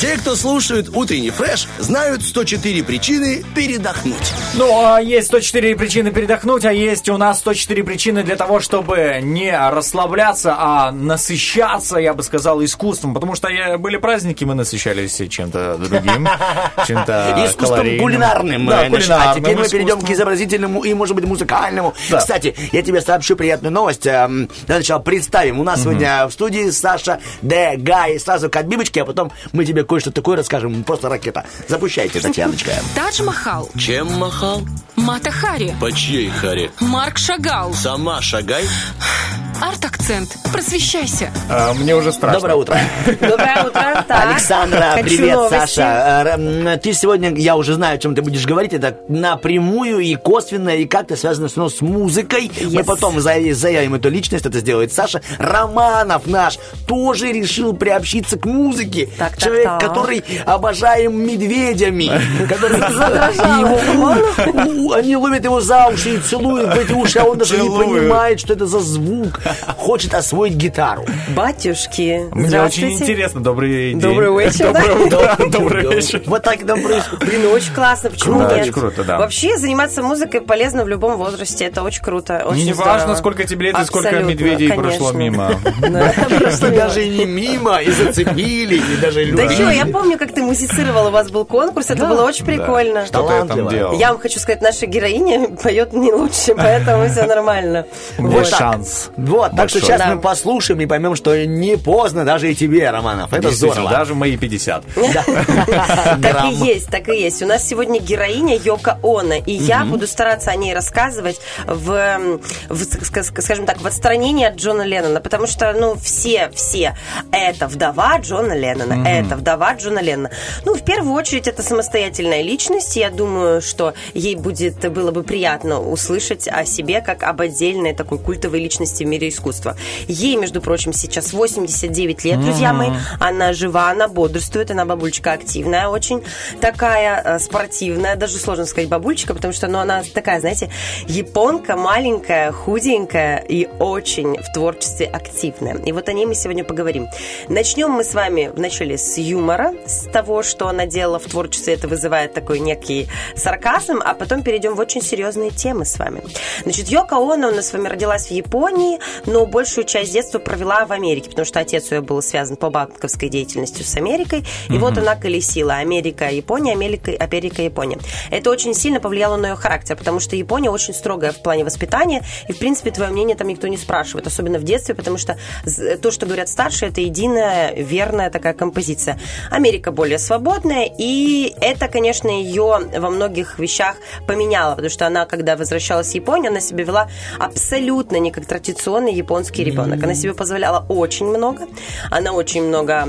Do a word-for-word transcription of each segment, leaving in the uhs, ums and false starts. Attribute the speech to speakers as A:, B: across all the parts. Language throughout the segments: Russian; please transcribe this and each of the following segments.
A: Те, кто слушает утренний фреш, знают сто четыре причины передохнуть.
B: Ну, есть сто четыре причины передохнуть, а есть у нас сто четыре причины для того, чтобы не расслабляться, а насыщаться, я бы сказал, искусством. Потому что были праздники, мы насыщались чем-то другим, чем-то
C: искусством
B: калорийным.
C: кулинарным.
B: Да, кулинарным.
C: А теперь мы
B: искусством.
C: перейдем к изобразительному и, может быть, музыкальному.
B: Да.
C: Кстати, я тебе сообщу приятную новость. Для начала представим. У нас угу. сегодня в студии Саша Д. Гай. Сразу к отбивочке, а потом мы тебе кое-что такое расскажем. Просто ракета. Запущайте, Татьяночка.
D: Тадж-Махал.
A: Чем махал?
D: Мата Хари.
A: По чьей Хари?
D: Марк Шагал.
A: Сама шагай.
D: Арт-акцент. Просвещайся.
B: А, мне уже страшно.
C: Доброе утро.
E: Доброе утро. Так.
C: Александра,
E: Хочу
C: привет,
E: новости.
C: Саша. Ты сегодня, я уже знаю, о чем ты будешь говорить. Это напрямую и косвенно, и как-то связано с, ну, с музыкой.
E: Yes.
C: Мы потом заявим эту личность, это сделает Саша. Романов наш тоже решил приобщиться к музыке.
E: Так,
C: Человек,
E: так, так.
C: который обожаем медведями. Они ловят его за уши и целуют в эти уши, а он даже не понимает, что это за звук. Хочет освоить гитару.
E: Батюшки,
B: Мне очень интересно. Добрый день.
E: Добрый вечер.
B: Добрый, добрый вечер.
C: Вот так там происходит.
E: Блин, очень классно, почему
B: Круто,
E: нет?
B: очень круто, да.
E: Вообще заниматься музыкой полезно в любом возрасте, это очень круто, очень
B: Не
E: здорово.
B: важно, сколько тебе лет и сколько
E: Абсолютно,
B: медведей
E: конечно.
B: прошло мимо.
C: Просто даже не мимо, и зацепили, и даже
E: Да
C: любили.
E: что, я помню, как ты музицировал, у вас был конкурс, это было очень прикольно.
B: Что ты там делал?
E: Я вам хочу сказать, наша героиня поет не лучше, поэтому все нормально.
B: Вот
C: так.
B: шанс.
C: Вот, так что
B: Большой.
C: сейчас
E: Да.
C: мы послушаем и поймем, что не поздно даже и тебе, Романов. Это
B: Действительно,
C: здорово.
B: даже мои пятьдесят.
E: Так и есть, так и есть. У нас сегодня героиня Йоко Оно, и я буду стараться о ней рассказывать в, в, скажем так, в отстранении от Джона Леннона, потому что, ну, все, все, это вдова Джона Леннона, mm-hmm. это вдова Джона Леннона. Ну, в первую очередь, это самостоятельная личность, и я думаю, что ей будет, было бы приятно услышать о себе как об отдельной такой культовой личности в мире искусства. Ей, между прочим, сейчас восемьдесят девять лет, друзья mm-hmm. мои, она жива, она бодрствует, она бабульчика активная очень, такая э, спортивная, даже сложно сказать бабульчика, потому что, ну, она такая, знаете, японка, маленькая, худенькая и очень в творчестве активная. И вот о ней мы сегодня поговорим. Начнем мы с вами вначале с юмора, с того, что она делала в творчестве, это вызывает такой некий сарказм, а потом перейдем в очень серьезные темы с вами. Значит, Йоко Оно у нас с вами родилась в Японии, но большую часть детства провела в Америке, потому что отец ее был связан по банковской деятельности с Америкой, и mm-hmm. вот она колесила Америка, Япония, Америка, Америка, Япония. Это очень сильно повлияло на ее характер, потому что Япония очень строгая в плане воспитания, и, в принципе, твое мнение там никто не спрашивает, особенно в детстве, потому что то, что говорят старшие, это единая, верная такая композиция. Америка более свободная, и это, конечно, ее во многих вещах поменяло, потому что она, когда возвращалась в Японию, она себя вела абсолютно не как традиционный японский ребенок. Она себе позволяла очень много, она очень много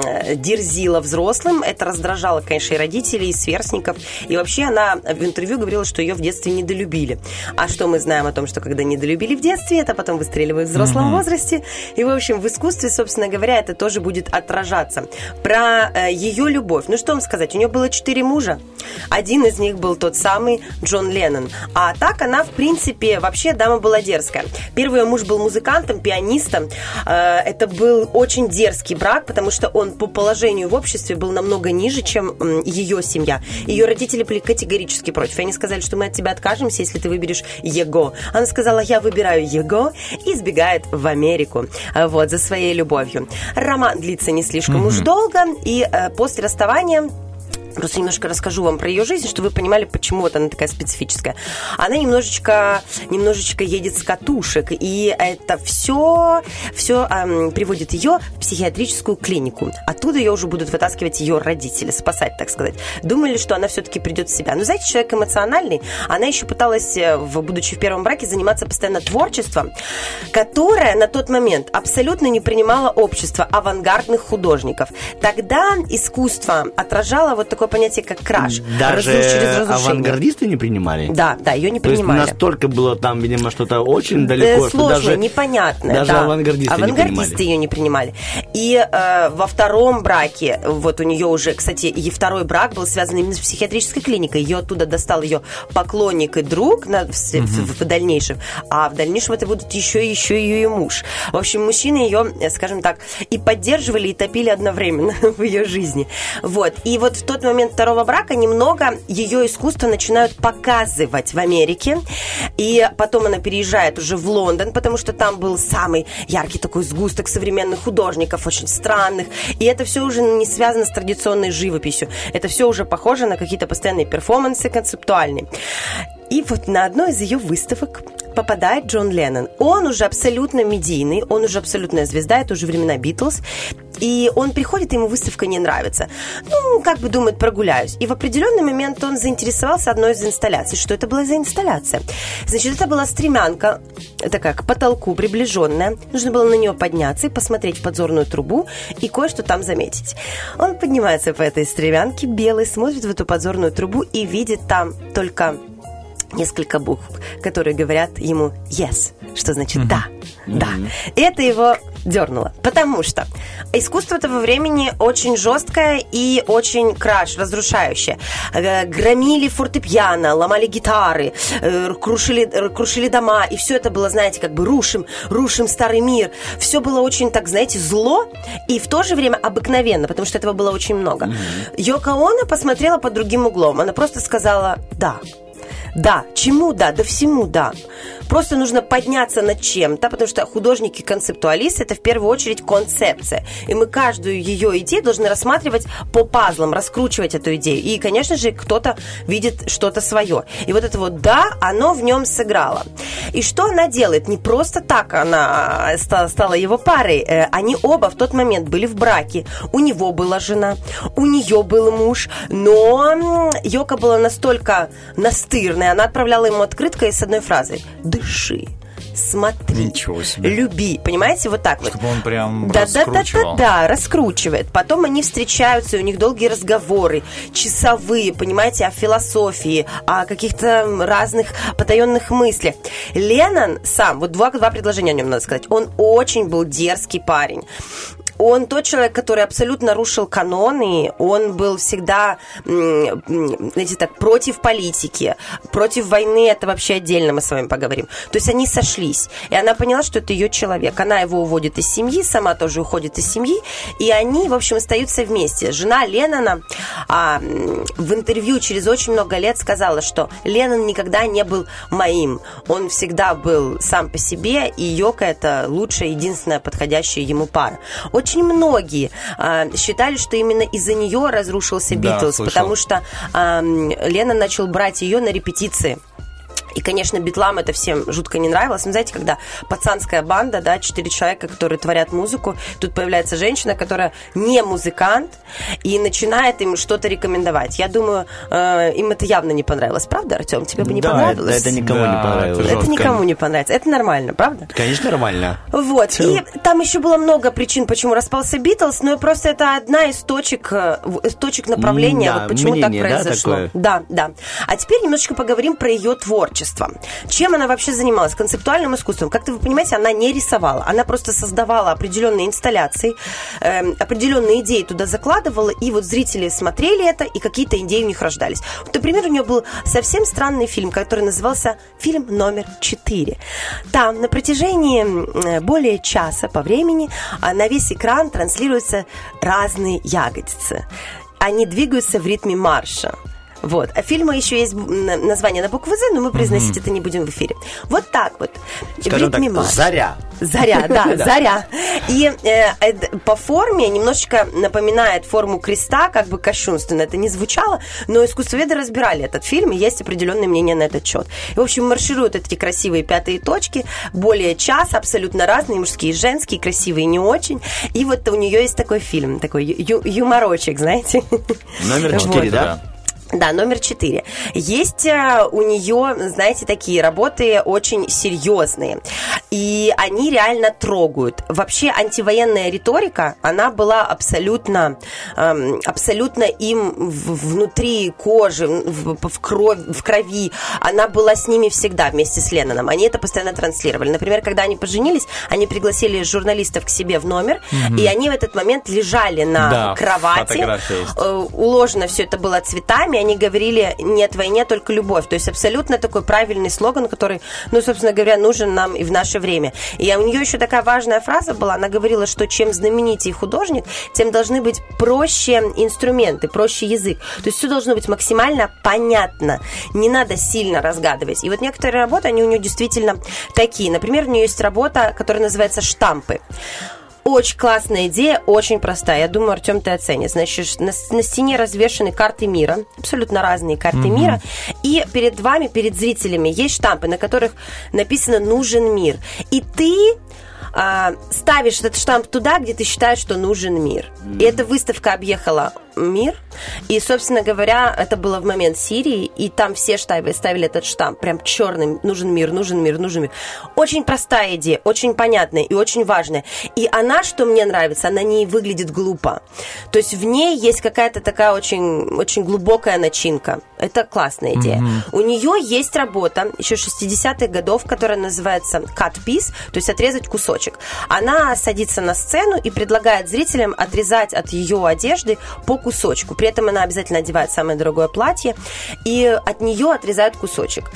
E: дерзила взрослым, это раздражало, конечно, и родителей, и сверстников, и вообще она в интервью говорила, что ее в детстве недолюбили. А что мы знаем о том, что когда недолюбили в детстве, это потом выстреливает в взрослом mm-hmm. возрасте, и, в общем, в искусстве, собственно говоря, это тоже будет отражаться. Про э, ее любовь. Ну, что вам сказать, у нее было четыре мужа, один из них был тот самый Джон Леннон, а так она, в принципе, вообще дама была дерзкая. Первый ее муж был музыкантом, пианистом, э, это был очень дерзкий брак, потому что он по положению в обществе был намного ниже, чем м, ее семья. Ее родители были категорически против. Они сказали, что мы от тебя откажемся, если ты выберешь его. Она сказала, я выбираю его, и сбегает в Америку вот, за своей любовью. Роман длится не слишком mm-hmm. уж долго, и э, после расставания... Просто немножко расскажу вам про ее жизнь, чтобы вы понимали, почему вот она такая специфическая. Она немножечко, немножечко едет с катушек, и это все, все эм, приводит ее в психиатрическую клинику. Оттуда ее уже будут вытаскивать ее родители, спасать, так сказать. Думали, что она все-таки придет в себя. Но, знаете, человек эмоциональный, она еще пыталась, в, будучи в первом браке, заниматься постоянно творчеством, которое на тот момент абсолютно не принимало общество авангардных художников. Тогда искусство отражало вот такое понятия, как краш.
C: Даже
E: Разруш- через разрушение.
C: авангардисты не принимали?
E: Да, да, ее не
C: То
E: принимали.
C: есть настолько было там, видимо, что-то очень далеко,
E: э,
C: что
E: сложное,
C: даже,
E: непонятное.
C: даже
E: да.
C: авангардисты,
E: авангардисты
C: не
E: ее не принимали. И э, во втором браке, вот у нее уже, кстати, и второй брак был связан именно с психиатрической клиникой. Ее оттуда достал ее поклонник и друг на, в, в, в, в дальнейшем. А в дальнейшем это будут еще и еще ее и муж. В общем, мужчины ее, скажем так, и поддерживали, и топили одновременно в ее жизни. Вот. И вот в тот момент второго брака немного ее искусство начинают показывать в Америке. И потом она переезжает уже в Лондон, потому что там был самый яркий такой сгусток современных художников, очень странных. И это все уже не связано с традиционной живописью. Это все уже похоже на какие-то постоянные перформансы концептуальные. И вот на одной из ее выставок попадает Джон Леннон. Он уже абсолютно медийный, он уже абсолютная звезда, это уже времена Битлз. И он приходит, ему выставка не нравится. Ну, как бы думает, прогуляюсь. И в определенный момент он заинтересовался одной из инсталляций. Что это была за инсталляция? Значит, это была стремянка, такая к потолку приближенная. Нужно было на нее подняться и посмотреть в подзорную трубу и кое-что там заметить. Он поднимается по этой стремянке, белый, смотрит в эту подзорную трубу и видит там только несколько букв, которые говорят ему «yes», что значит «да». Да. Mm-hmm. Это его дернуло. Потому что искусство этого времени очень жесткое и очень краш, разрушающее. Громили фортепиано, ломали гитары, крушили, крушили дома. И все это было, знаете, как бы рушим, рушим старый мир. Все было очень, так, знаете, зло и в то же время обыкновенно, потому что этого было очень много. Mm-hmm. Йоко Оно посмотрела под другим углом. Она просто сказала «да». Да, чему да? Да всему да. Просто нужно подняться над чем-то, потому что художник и концептуалист – это в первую очередь концепция. И мы каждую ее идею должны рассматривать по пазлам, раскручивать эту идею. И, конечно же, кто-то видит что-то свое. И вот это вот «да», оно в нем сыграло. И что она делает? Не просто так она стала его парой. Они оба в тот момент были в браке. У него была жена, у нее был муж. Но Йоко была настолько настырная, она отправляла ему открыткой с одной фразой: «Дыши, смотри, люби». Понимаете, вот так
B: Чтобы
E: вот.
B: он прям
E: да,
B: раскручивал.
E: Да, да, да, да, раскручивает. Потом они встречаются, и у них долгие разговоры, часовые, понимаете, о философии, о каких-то разных потаенных мыслях. Леннон сам, вот два, два предложения о нем надо сказать, он очень был дерзкий парень. Он тот человек, который абсолютно нарушил каноны, он был всегда, знаете, так, против политики, против войны, это вообще отдельно мы с вами поговорим. То есть они сошлись, и она поняла, что это ее человек. Она его уводит из семьи, сама тоже уходит из семьи, и они, в общем, остаются вместе. Жена Леннона а, в интервью через очень много лет сказала, что Леннон никогда не был моим, он всегда был сам по себе, и Йоко — это лучшая, единственная подходящая ему пара. Очень многие а, считали, что именно из-за нее разрушился Битлз, да, потому что а, Леннон начал брать ее на репетиции. И, конечно, битлам это всем жутко не нравилось. Но знаете, когда пацанская банда, да, четыре человека, которые творят музыку, тут появляется женщина, которая не музыкант, и начинает им что-то рекомендовать. Я думаю, э, им это явно не понравилось. Правда, Артем? Тебе бы не
C: да,
E: понравилось?
C: Это, это никому
B: да,
C: не понравилось.
E: Это, это никому не понравится. Это нормально, правда?
C: Конечно, нормально.
E: Вот. Все. И там еще было много причин, почему распался Битлз, но просто это одна из точек, точек направления, да, вот почему мнение, так произошло. Да, да, да. А теперь немножечко поговорим про ее творчество. Чем она вообще занималась? Концептуальным искусством. Как-то вы понимаете, она не рисовала. Она просто создавала определенные инсталляции, э, определенные идеи туда закладывала, и вот зрители смотрели это, и какие-то идеи у них рождались. Вот, например, у нее был совсем странный фильм, который назывался «Фильм номер четыре». Там на протяжении более часа по времени на весь экран транслируются разные ягодицы. Они двигаются в ритме марша. Вот. А фильма еще есть название на букву «З», но мы произносить mm-hmm. это не будем в эфире. Вот так вот.
C: Скажем так, «Заря».
E: Заря, да, «Заря». И э, по форме немножечко напоминает форму креста, как бы кощунственно это не звучало, но искусствоведы разбирали этот фильм, и есть определенные мнения на этот счет. И, в общем, маршируют эти красивые пятые точки, более часа, абсолютно разные, мужские и женские, красивые и не очень. И вот у нее есть такой фильм, такой ю- юморочек, знаете.
C: Номер четыре,
E: вот.
C: да?
E: Да, номер четыре. Есть у нее, знаете, такие работы очень серьезные. И они реально трогают. Вообще антивоенная риторика, она была абсолютно, эм, абсолютно им внутри кожи, в, в, кровь, в крови. Она была с ними всегда вместе с Ленноном. Они это постоянно транслировали. Например, когда они поженились, они пригласили журналистов к себе в номер, mm-hmm. и они в этот момент лежали на
B: да,
E: кровати. Уложено все это было цветами. Они говорили: нет войне, только любовь. То есть абсолютно такой правильный слоган, который, ну, собственно говоря, нужен нам и в наше время. И у нее еще такая важная фраза была. Она говорила, что чем знаменитее художник, тем должны быть проще инструменты, проще язык. То есть все должно быть максимально понятно. Не надо сильно разгадывать. И вот некоторые работы, они у нее действительно такие. Например, у нее есть работа, которая называется «Штампы». Очень классная идея, очень простая. Я думаю, Артем, ты оценишь. Значит, на, на стене развешаны карты мира, абсолютно разные карты mm-hmm. мира, и перед вами, перед зрителями есть штампы, на которых написано «Нужен мир». И ты а, ставишь этот штамп туда, где ты считаешь, что нужен мир. Mm-hmm. И эта выставка объехала мир. И, собственно говоря, это было в момент Сирии, и там все ставили, ставили этот штамп, прям черным: нужен мир, нужен мир, нужен мир. Очень простая идея, очень понятная и очень важная. И она, что мне нравится, она не выглядит глупо. То есть в ней есть какая-то такая очень, очень глубокая начинка. Это классная идея. Mm-hmm. У нее есть работа еще шестидесятых годов, которая называется cut piece, то есть отрезать кусочек. Она садится на сцену и предлагает зрителям отрезать от ее одежды по кусочку. При этом она обязательно одевает самое дорогое платье, и от нее отрезают кусочек.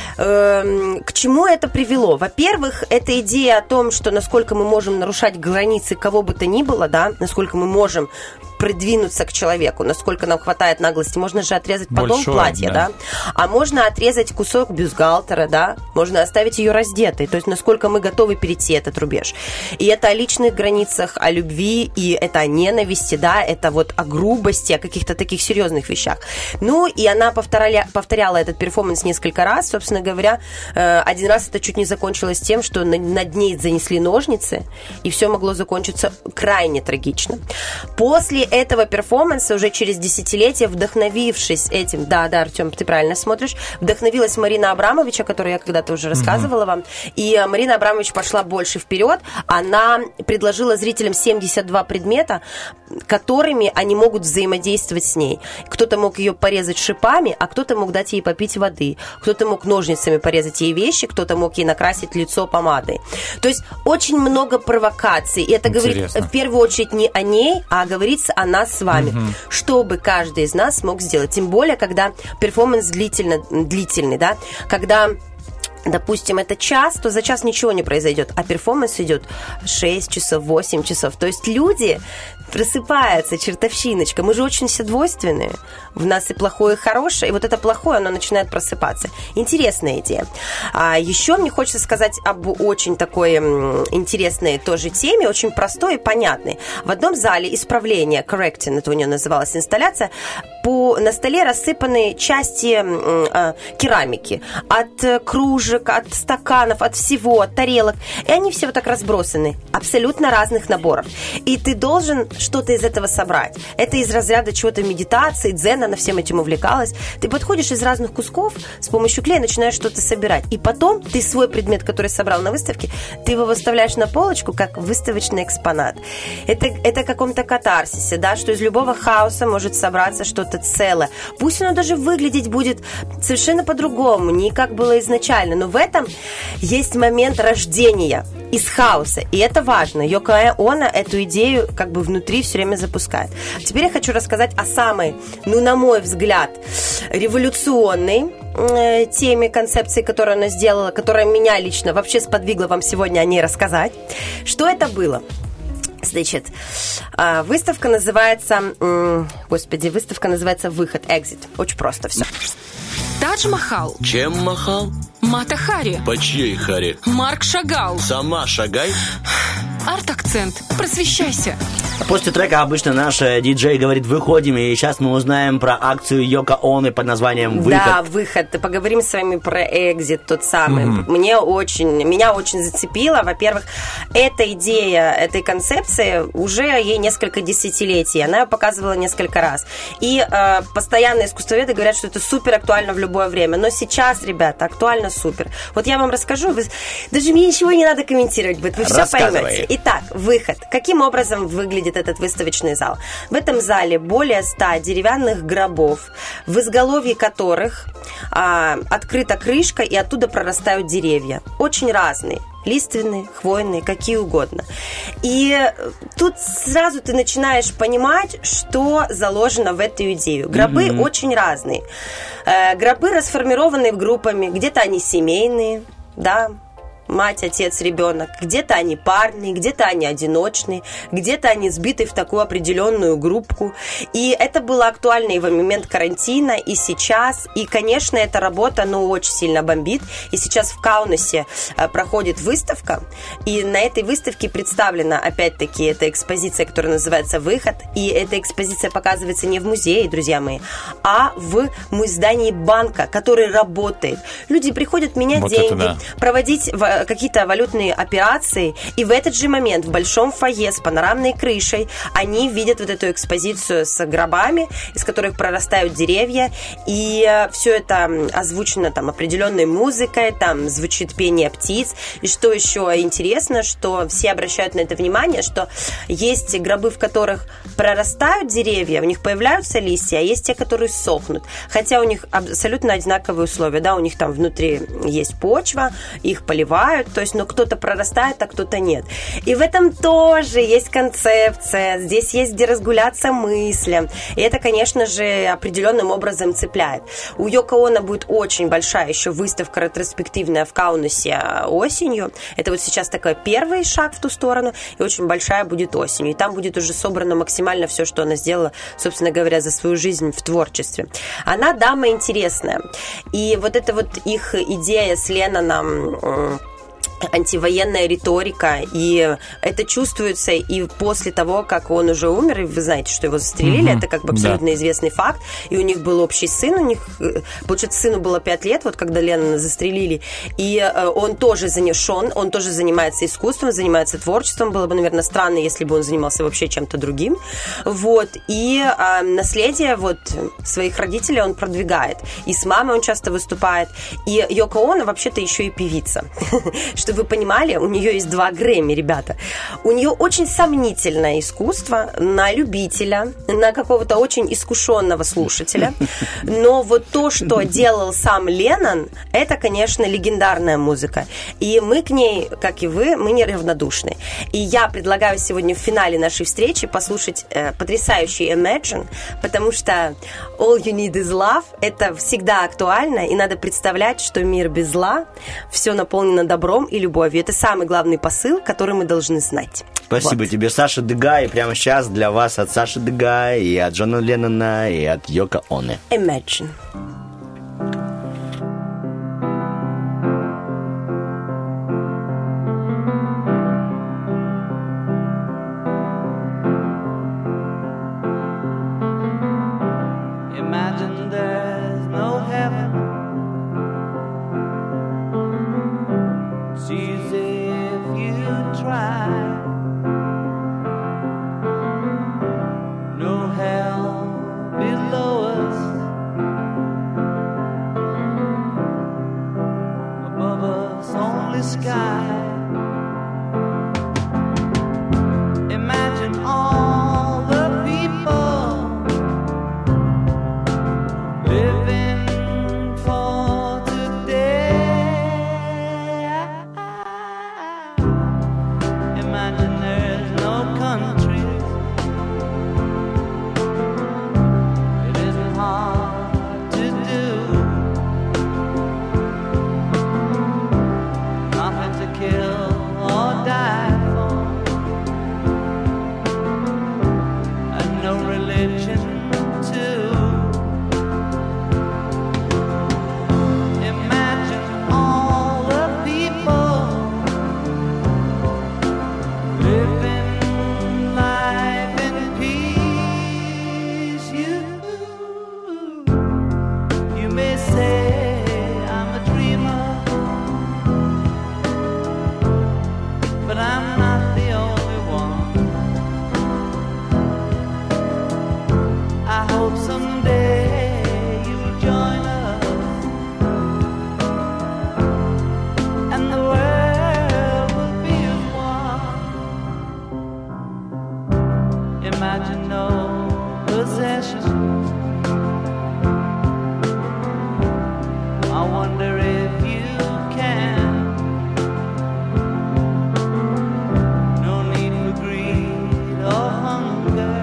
E: К чему это привело? Во-первых, это идея о том, что насколько мы можем нарушать границы кого бы то ни было, да, насколько мы можем придвинуться к человеку, насколько нам хватает наглости. Можно же отрезать подол Большой, платья, да. да, а можно отрезать кусок бюстгальтера, да, можно оставить ее раздетой, то есть насколько мы готовы перейти этот рубеж. И это о личных границах, о любви, и это о ненависти, да, это вот о грубости, о каких-то таких серьезных вещах. Ну, и она повторяла, повторяла этот перформанс несколько раз, собственно говоря. Один раз это чуть не закончилось тем, что над ней занесли ножницы, и все могло закончиться крайне трагично. После этого перформанса уже через десятилетия, вдохновившись этим, да, да, Артем, ты правильно смотришь, вдохновилась Марина Абрамович, о которой я когда-то уже рассказывала mm-hmm. вам, и Марина Абрамович пошла больше вперед. Она предложила зрителям семьдесят два предмета, которыми они могут взаимодействовать с ней. Кто-то мог ее порезать шипами, а кто-то мог дать ей попить воды, кто-то мог ножницами порезать ей вещи, кто-то мог ей накрасить лицо помадой. То есть очень много провокаций, и это Интересно. Говорит в первую очередь не о ней, а говорится о нас с вами, угу. чтобы каждый из нас смог сделать. Тем более, когда перформанс длительно, длительный, да, когда, допустим, это час, то за час ничего не произойдет, а перформанс идет шесть часов, восемь часов. То есть люди просыпаются, чертовщиночка. Мы же очень все двойственные. В нас и плохое, и хорошее. И вот это плохое, оно начинает просыпаться. Интересная идея. А еще мне хочется сказать об очень такой интересной тоже теме, очень простой и понятной. В одном зале исправления, correcting, это у нее называлась инсталляция, по, на столе рассыпаны части э, керамики. От кружек, от стаканов, от всего, от тарелок. И они все вот так разбросаны. Абсолютно разных наборов. И ты должен что-то из этого собрать. Это из разряда чего-то медитации, дзена, она всем этим увлекалась. Ты подходишь из разных кусков, с помощью клея начинаешь что-то собирать. И потом ты свой предмет, который собрал на выставке, ты его выставляешь на полочку, как выставочный экспонат. Это, это каком-то катарсисе, да, что из любого хаоса может собраться что-то целое. Пусть оно даже выглядеть будет совершенно по-другому, не как было изначально, но в этом есть момент рождения из хаоса. И это важно. Йоко Оно эту идею как бы внутри все время запускает. Теперь я хочу рассказать о самой, ну, на мой взгляд, революционной э, теме, концепции, которую она сделала, которая меня лично вообще сподвигла вам сегодня о ней рассказать. Что это было? Значит, выставка называется... Господи, выставка называется «Выход», «Exit». Очень просто все.
D: Тадж-Махал.
A: Чем махал?
D: Мата Хари.
A: По чьей Хари?
D: Марк Шагал.
A: Сама шагай.
D: Арт-акцент. Просвещайся.
C: После трека обычно наш э, диджей говорит «выходим», и сейчас мы узнаем про акцию Йоко Оно под названием «Выход».
E: Да, «Выход». Поговорим с вами про «Экзит», тот самый. Mm-hmm. Мне очень, меня очень зацепило. Во-первых, эта идея, этой концепции уже ей несколько десятилетий. Она ее показывала несколько раз. И э, постоянно искусствоведы говорят, что это супер актуально в любое время. Но сейчас, ребята, актуально супер. Вот я вам расскажу. Вы, даже мне ничего не надо комментировать будет. Вы все поймете. Итак, «Выход». Каким образом выглядит этот выставочный зал? В этом зале более ста деревянных гробов, в изголовье которых а, открыта крышка, и оттуда прорастают деревья. Очень разные. Лиственные, хвойные, какие угодно. И тут сразу ты начинаешь понимать, что заложено в эту идею. Гробы mm-hmm. очень разные. Э, гробы расформированы группами. Где-то они семейные, да, мать, отец, ребенок. Где-то они парные, где-то они одиночные, где-то они сбиты в такую определенную группку. И это было актуально и в момент карантина, и сейчас. И, конечно, эта работа, ну, очень сильно бомбит. И сейчас в Каунасе а, проходит выставка. И на этой выставке представлена, опять-таки, эта экспозиция, которая называется «Выход». И эта экспозиция показывается не в музее, друзья мои, а в здании банка, который работает. Люди приходят менять вот деньги, да. проводить какие-то валютные операции, и в этот же момент в большом фойе с панорамной крышей они видят вот эту экспозицию с гробами, из которых прорастают деревья, и все это озвучено там определенной музыкой, там звучит пение птиц, и что еще интересно, что все обращают на это внимание, что есть гробы, в которых прорастают деревья, у них появляются листья, а есть те, которые сохнут, хотя у них абсолютно одинаковые условия, да, у них там внутри есть почва, их поливают, то есть, но кто-то прорастает, а кто-то нет. И в этом тоже есть концепция, здесь есть где разгуляться мыслям. И это, конечно же, определенным образом цепляет. У Йоко Оно будет очень большая еще выставка ретроспективная в Каунасе осенью. Это вот сейчас такой первый шаг в ту сторону, и очень большая будет осенью. И там будет уже собрано максимально все, что она сделала, собственно говоря, за свою жизнь в творчестве. Она дама интересная. И вот эта вот их идея с Ленноном, антивоенная риторика, и это чувствуется и после того, как он уже умер, и вы знаете, что его застрелили, mm-hmm. это как бы абсолютно да. известный факт, и у них был общий сын, у них, получается, сыну было пять лет, вот когда Леннона застрелили, и он тоже занесен, он тоже занимается искусством, занимается творчеством, было бы, наверное, странно, если бы он занимался вообще чем-то другим, вот, и а, наследие вот своих родителей он продвигает, и с мамой он часто выступает, и Йоко Оно вообще-то еще и певица, чтобы вы понимали, у нее есть два Грэмми, ребята. У нее очень сомнительное искусство на любителя, на какого-то очень искушенного слушателя. Но вот то, что делал сам Леннон, это, конечно, легендарная музыка. И мы к ней, как и вы, мы неравнодушны. И я предлагаю сегодня в финале нашей встречи послушать э, потрясающий Imagine, потому что All You Need Is Love — это всегда актуально, и надо представлять, что мир без зла, все наполнено добром и любовью. Это самый главный посыл, который мы должны знать.
C: Спасибо вот. тебе, Саша Дегай. И прямо сейчас для вас от Саши Дегай, и от Джона Леннона, и от Йоко Оно.
E: Imagine.
F: hope someday you'll join us, and the world will be as one. Imagine no possessions. I wonder if you can. No need for greed or hunger,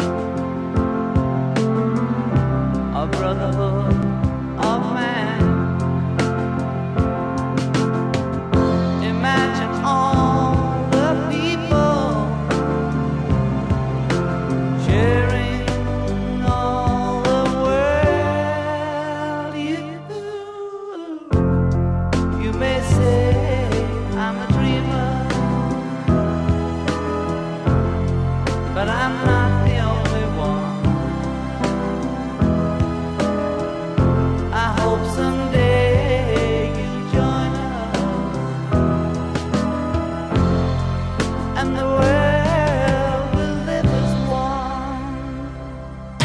F: a brotherhood of man. Imagine all the people sharing all the world. You, you may say I'm a dreamer, but I'm not the only one. I hope someday you'll join us, and the world will live as one.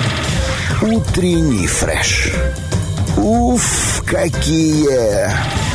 A: Утренний фреш. Уф, какие